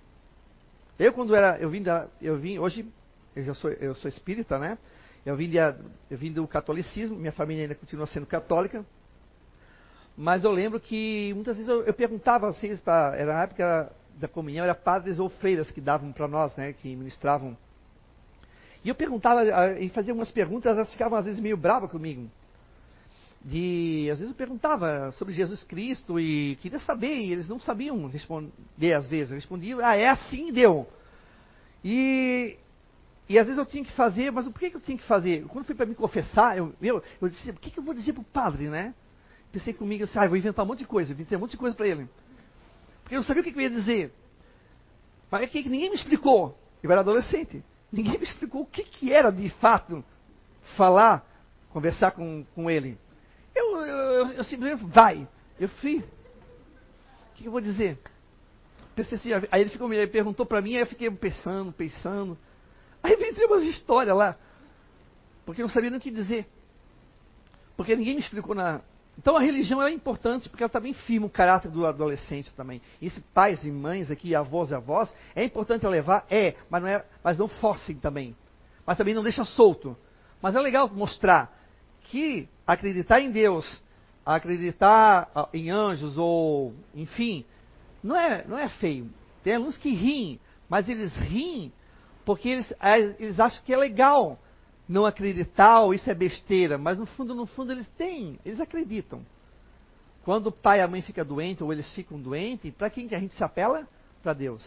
Hoje eu sou espírita, né? Eu vim do catolicismo, minha família ainda continua sendo católica. Mas eu lembro que muitas vezes eu perguntava assim, era na época da comunhão, era padres ou freiras que davam para nós, né? Que ministravam. E eu perguntava, e fazia algumas perguntas, elas ficavam às vezes meio bravas comigo. às vezes eu perguntava sobre Jesus Cristo e queria saber, e eles não sabiam responder às vezes. Eu respondia, é assim, deu. E às vezes eu tinha que fazer, mas por que eu tinha que fazer? Quando fui para me confessar, eu disse, o que eu vou dizer para o padre, né? Pensei comigo assim, vou inventar um monte de coisa, inventei um monte de coisa para ele. Porque eu não sabia o que eu ia dizer. Mas é que ninguém me explicou. Eu era adolescente. Ninguém me explicou o que era de fato falar, conversar com ele. Eu simplesmente, eu fui. O que eu vou dizer? Pensei assim, aí ele perguntou para mim, aí eu fiquei pensando. Aí inventei umas histórias lá. Porque eu não sabia nem o que dizer. Porque ninguém me explicou nada. Então a religião é importante, porque ela também firma o caráter do adolescente também. E esse pais e mães aqui, avós e avós, é importante eu levar? Mas não forcem também. Mas também não deixa solto. Mas é legal mostrar que acreditar em Deus, acreditar em anjos ou, enfim, não é feio. Tem alunos que riem, mas eles riem porque eles acham que é legal não acreditar ou isso é besteira, mas no fundo eles acreditam. Quando o pai e a mãe ficam doentes ou eles ficam doentes, para quem que a gente se apela? Para Deus.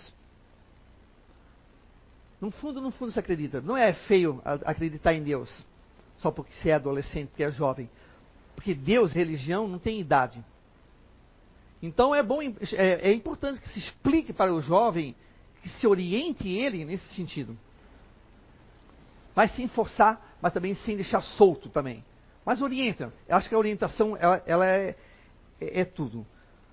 No fundo você acredita. Não é feio acreditar em Deus, só porque você é adolescente, que é jovem. Porque Deus, religião, não tem idade. Então é importante que se explique para o jovem, que se oriente ele nesse sentido. Mas sem forçar, mas também sem deixar solto também. Mas orienta. Eu acho que a orientação, ela é tudo.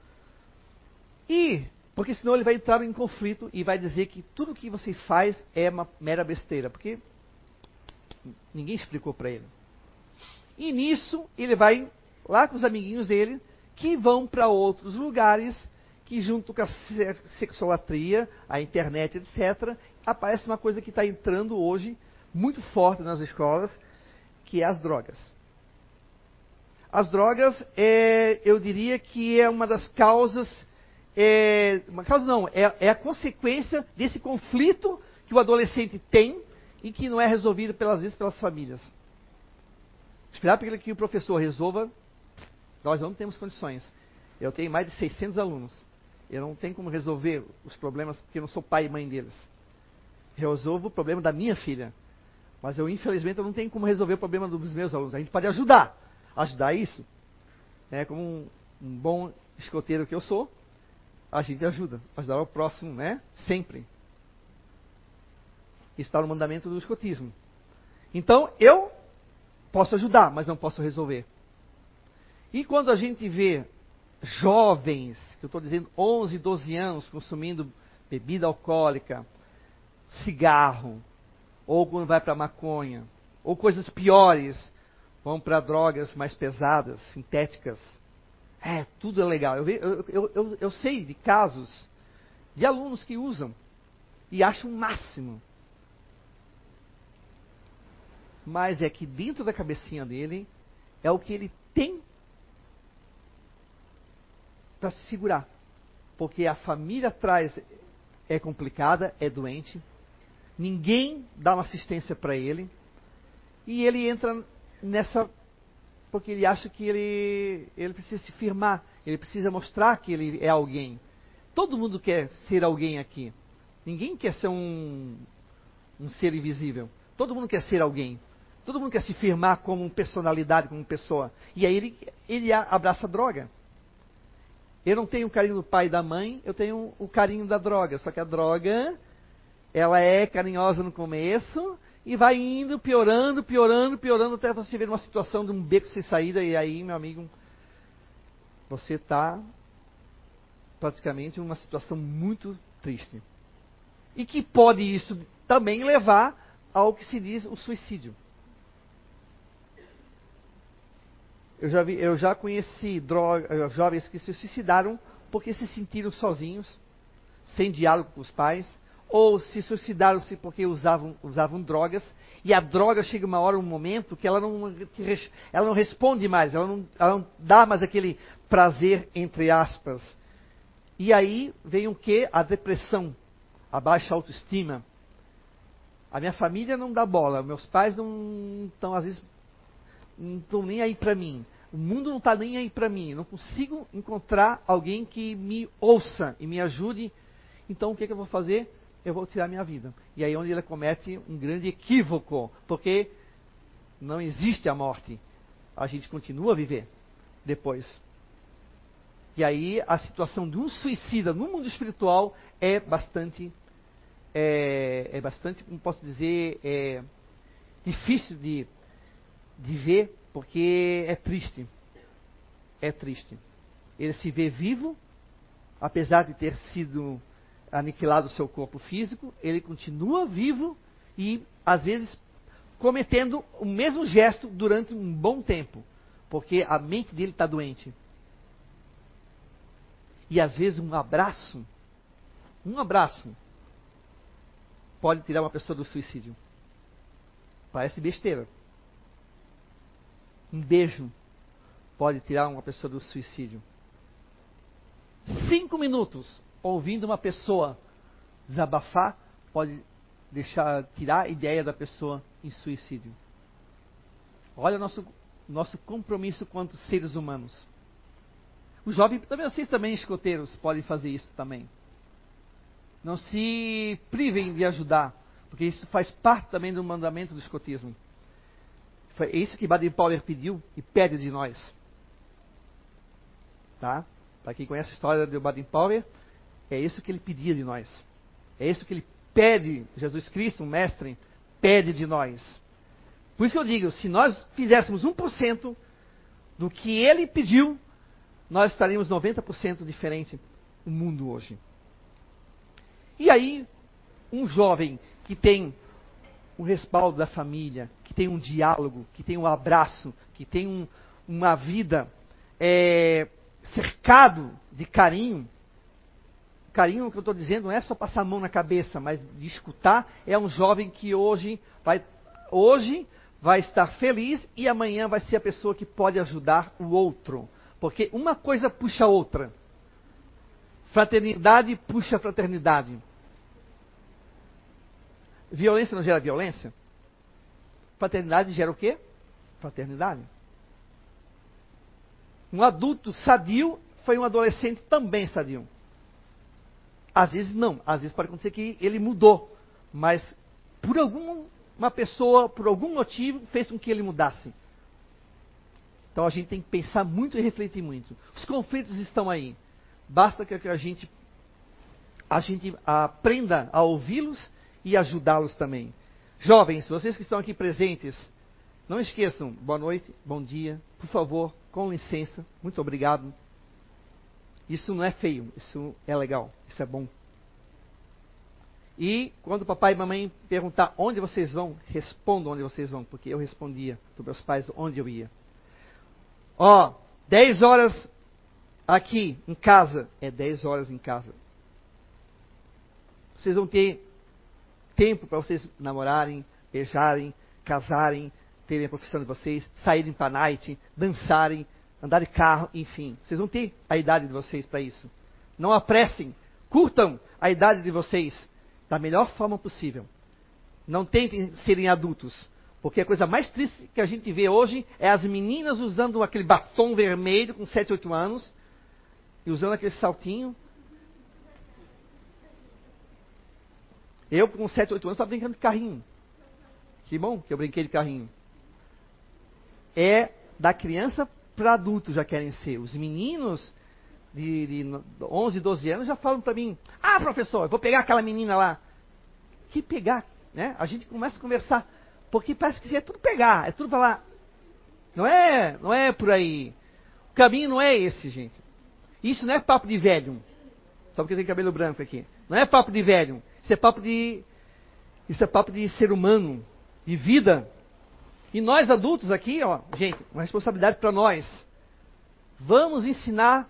Porque senão ele vai entrar em conflito e vai dizer que tudo que você faz é uma mera besteira. Porque ninguém explicou para ele. E nisso, ele vai lá com os amiguinhos dele, que vão para outros lugares, que junto com a sexolatria, a internet, etc., aparece uma coisa que está entrando hoje muito forte nas escolas, que é as drogas. As drogas, eu diria que é uma das causas, é a consequência desse conflito que o adolescente tem e que não é resolvido pelas vezes pelas famílias. Esperar para que o professor resolva, nós não temos condições. Eu tenho mais de 600 alunos. Eu não tenho como resolver os problemas, porque eu não sou pai e mãe deles. Eu resolvo o problema da minha filha. Mas infelizmente, eu não tenho como resolver o problema dos meus alunos. A gente pode ajudar isso. Como um bom escoteiro que eu sou, a gente ajuda. Ajudar o próximo, sempre. Isso está no mandamento do escotismo. Então, eu posso ajudar, mas não posso resolver. E quando a gente vê jovens, que eu estou dizendo 11, 12 anos, consumindo bebida alcoólica, cigarro, ou quando vai para maconha, ou coisas piores, vão para drogas mais pesadas, sintéticas. Tudo é legal. Eu sei de casos de alunos que usam e acham o máximo. Mas é que dentro da cabecinha dele é o que ele tem para se segurar. Porque a família atrás é complicada, é doente. Ninguém dá uma assistência para ele. E ele entra nessa... Porque ele acha que ele precisa se firmar. Ele precisa mostrar que ele é alguém. Todo mundo quer ser alguém aqui. Ninguém quer ser um ser invisível. Todo mundo quer ser alguém. Todo mundo quer se firmar como personalidade, como pessoa. E aí ele abraça a droga. Eu não tenho o carinho do pai e da mãe, eu tenho o carinho da droga. Só que a droga, ela é carinhosa no começo e vai indo, piorando, até você ver uma situação de um beco sem saída. E aí, meu amigo, você está praticamente em uma situação muito triste. E que pode isso também levar ao que se diz o suicídio. Eu já conheci jovens que se suicidaram porque se sentiram sozinhos, sem diálogo com os pais, ou se suicidaram-se porque usavam drogas, e a droga chega uma hora, um momento, que ela não responde mais, ela não dá mais aquele prazer, entre aspas. E aí vem o quê? A depressão, a baixa autoestima. A minha família não dá bola, meus pais não estão, às vezes, não estão nem aí para mim. O mundo não está nem aí para mim. Eu não consigo encontrar alguém que me ouça e me ajude. Então o que, que eu vou fazer? Eu vou tirar minha vida. E aí é onde ele comete um grande equívoco. Porque não existe a morte. A gente continua a viver depois. E aí a situação de um suicida no mundo espiritual é bastante, como posso dizer, difícil de ver, porque é triste. É triste. Ele se vê vivo, apesar de ter sido aniquilado o seu corpo físico, ele continua vivo e, às vezes, cometendo o mesmo gesto durante um bom tempo, porque a mente dele está doente. E às vezes um abraço pode tirar uma pessoa do suicídio. Parece besteira. Um beijo pode tirar uma pessoa do suicídio. 5 minutos ouvindo uma pessoa desabafar pode tirar a ideia da pessoa em suicídio. Olha nosso compromisso quanto seres humanos. Os jovens, vocês também, escoteiros, podem fazer isso também. Não se privem de ajudar, porque isso faz parte também do mandamento do escotismo. Foi isso que Baden-Powell pediu e pede de nós. Tá? Para quem conhece a história de Baden-Powell, é isso que ele pedia de nós. É isso que ele pede, Jesus Cristo, o Mestre, pede de nós. Por isso que eu digo, se nós fizéssemos 1% do que ele pediu, nós estaríamos 90% diferente do mundo hoje. E aí, um jovem que tem o respaldo da família, que tem um diálogo, que tem um abraço, que tem uma vida cercado de carinho. Carinho, que eu estou dizendo, não é só passar a mão na cabeça, mas de escutar. É um jovem que hoje vai estar feliz e amanhã vai ser a pessoa que pode ajudar o outro. Porque uma coisa puxa a outra. Fraternidade puxa fraternidade. Violência não gera violência? Fraternidade gera o quê? Fraternidade. Um adulto sadio foi um adolescente também sadio. Às vezes não. Às vezes pode acontecer que ele mudou. Mas por alguma pessoa, por algum motivo, fez com que ele mudasse. Então a gente tem que pensar muito e refletir muito. Os conflitos estão aí. Basta que a gente aprenda a ouvi-los e ajudá-los também. Jovens, vocês que estão aqui presentes, não esqueçam, boa noite, bom dia, por favor, com licença, muito obrigado. Isso não é feio, isso é legal, isso é bom. E quando o papai e mamãe perguntar onde vocês vão, respondam onde vocês vão, porque eu respondia para os meus pais onde eu ia. 10 horas aqui em casa, é 10 horas em casa. Vocês vão ter tempo para vocês namorarem, beijarem, casarem, terem a profissão de vocês, saírem para a night, dançarem, andar de carro, enfim. Vocês vão ter a idade de vocês para isso. Não apressem, curtam a idade de vocês da melhor forma possível. Não tentem serem adultos. Porque a coisa mais triste que a gente vê hoje é as meninas usando aquele batom vermelho com 7, 8 anos e usando aquele saltinho. Eu, com 7, 8 anos, estava brincando de carrinho. Que bom que eu brinquei de carrinho. É da criança para adulto já querem ser. Os meninos de 11, 12 anos já falam para mim: ah, professor, eu vou pegar aquela menina lá. Que pegar? Né? A gente começa a conversar. Porque parece que é tudo pegar, é tudo falar. Não é por aí. O caminho não é esse, gente. Isso não é papo de velho. Só porque eu tenho cabelo branco aqui. Não é papo de velho. Isso é papo de ser humano, de vida. E nós adultos aqui, gente, uma responsabilidade para nós. Vamos ensinar,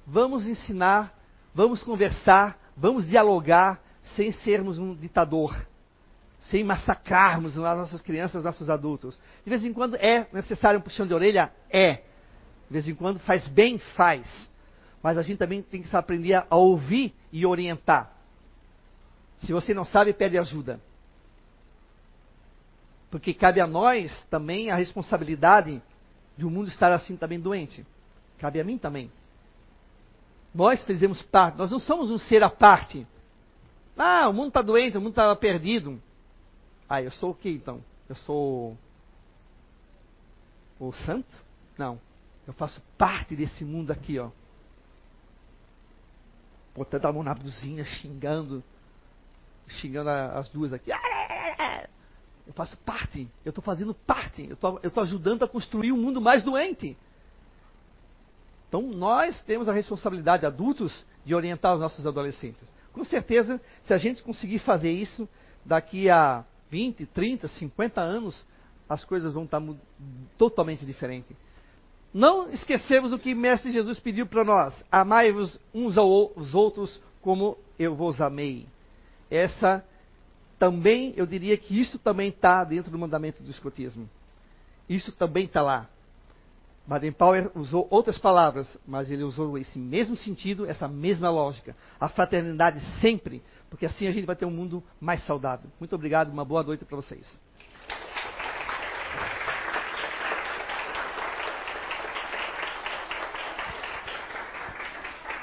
vamos conversar, vamos dialogar sem sermos um ditador. Sem massacrarmos as nossas crianças, os nossos adultos. De vez em quando é necessário um puxão de orelha? É. De vez em quando faz bem? Faz. Mas a gente também tem que aprender a ouvir e orientar. Se você não sabe, pede ajuda. Porque cabe a nós também a responsabilidade de o mundo estar assim também doente. Cabe a mim também. Nós fizemos parte, nós não somos um ser à parte. Ah, o mundo está doente, o mundo está perdido. Ah, eu sou o que então? Eu sou o santo? Não. Eu faço parte desse mundo aqui, ó. Botando a mão na buzina, xingando as duas aqui. Eu faço parte, eu estou fazendo parte, eu estou ajudando a construir um mundo mais doente. Então nós temos a responsabilidade, adultos, de orientar os nossos adolescentes. Com certeza, se a gente conseguir fazer isso, daqui a 20, 30, 50 anos, as coisas vão estar totalmente diferentes. Não esquecemos o que Mestre Jesus pediu para nós: amai-vos uns aos outros como eu vos amei. Essa também, eu diria que isso também está dentro do mandamento do escotismo. Isso também está lá. Baden-Powell usou outras palavras, mas ele usou esse mesmo sentido, essa mesma lógica. A fraternidade sempre, porque assim a gente vai ter um mundo mais saudável. Muito obrigado, uma boa noite para vocês.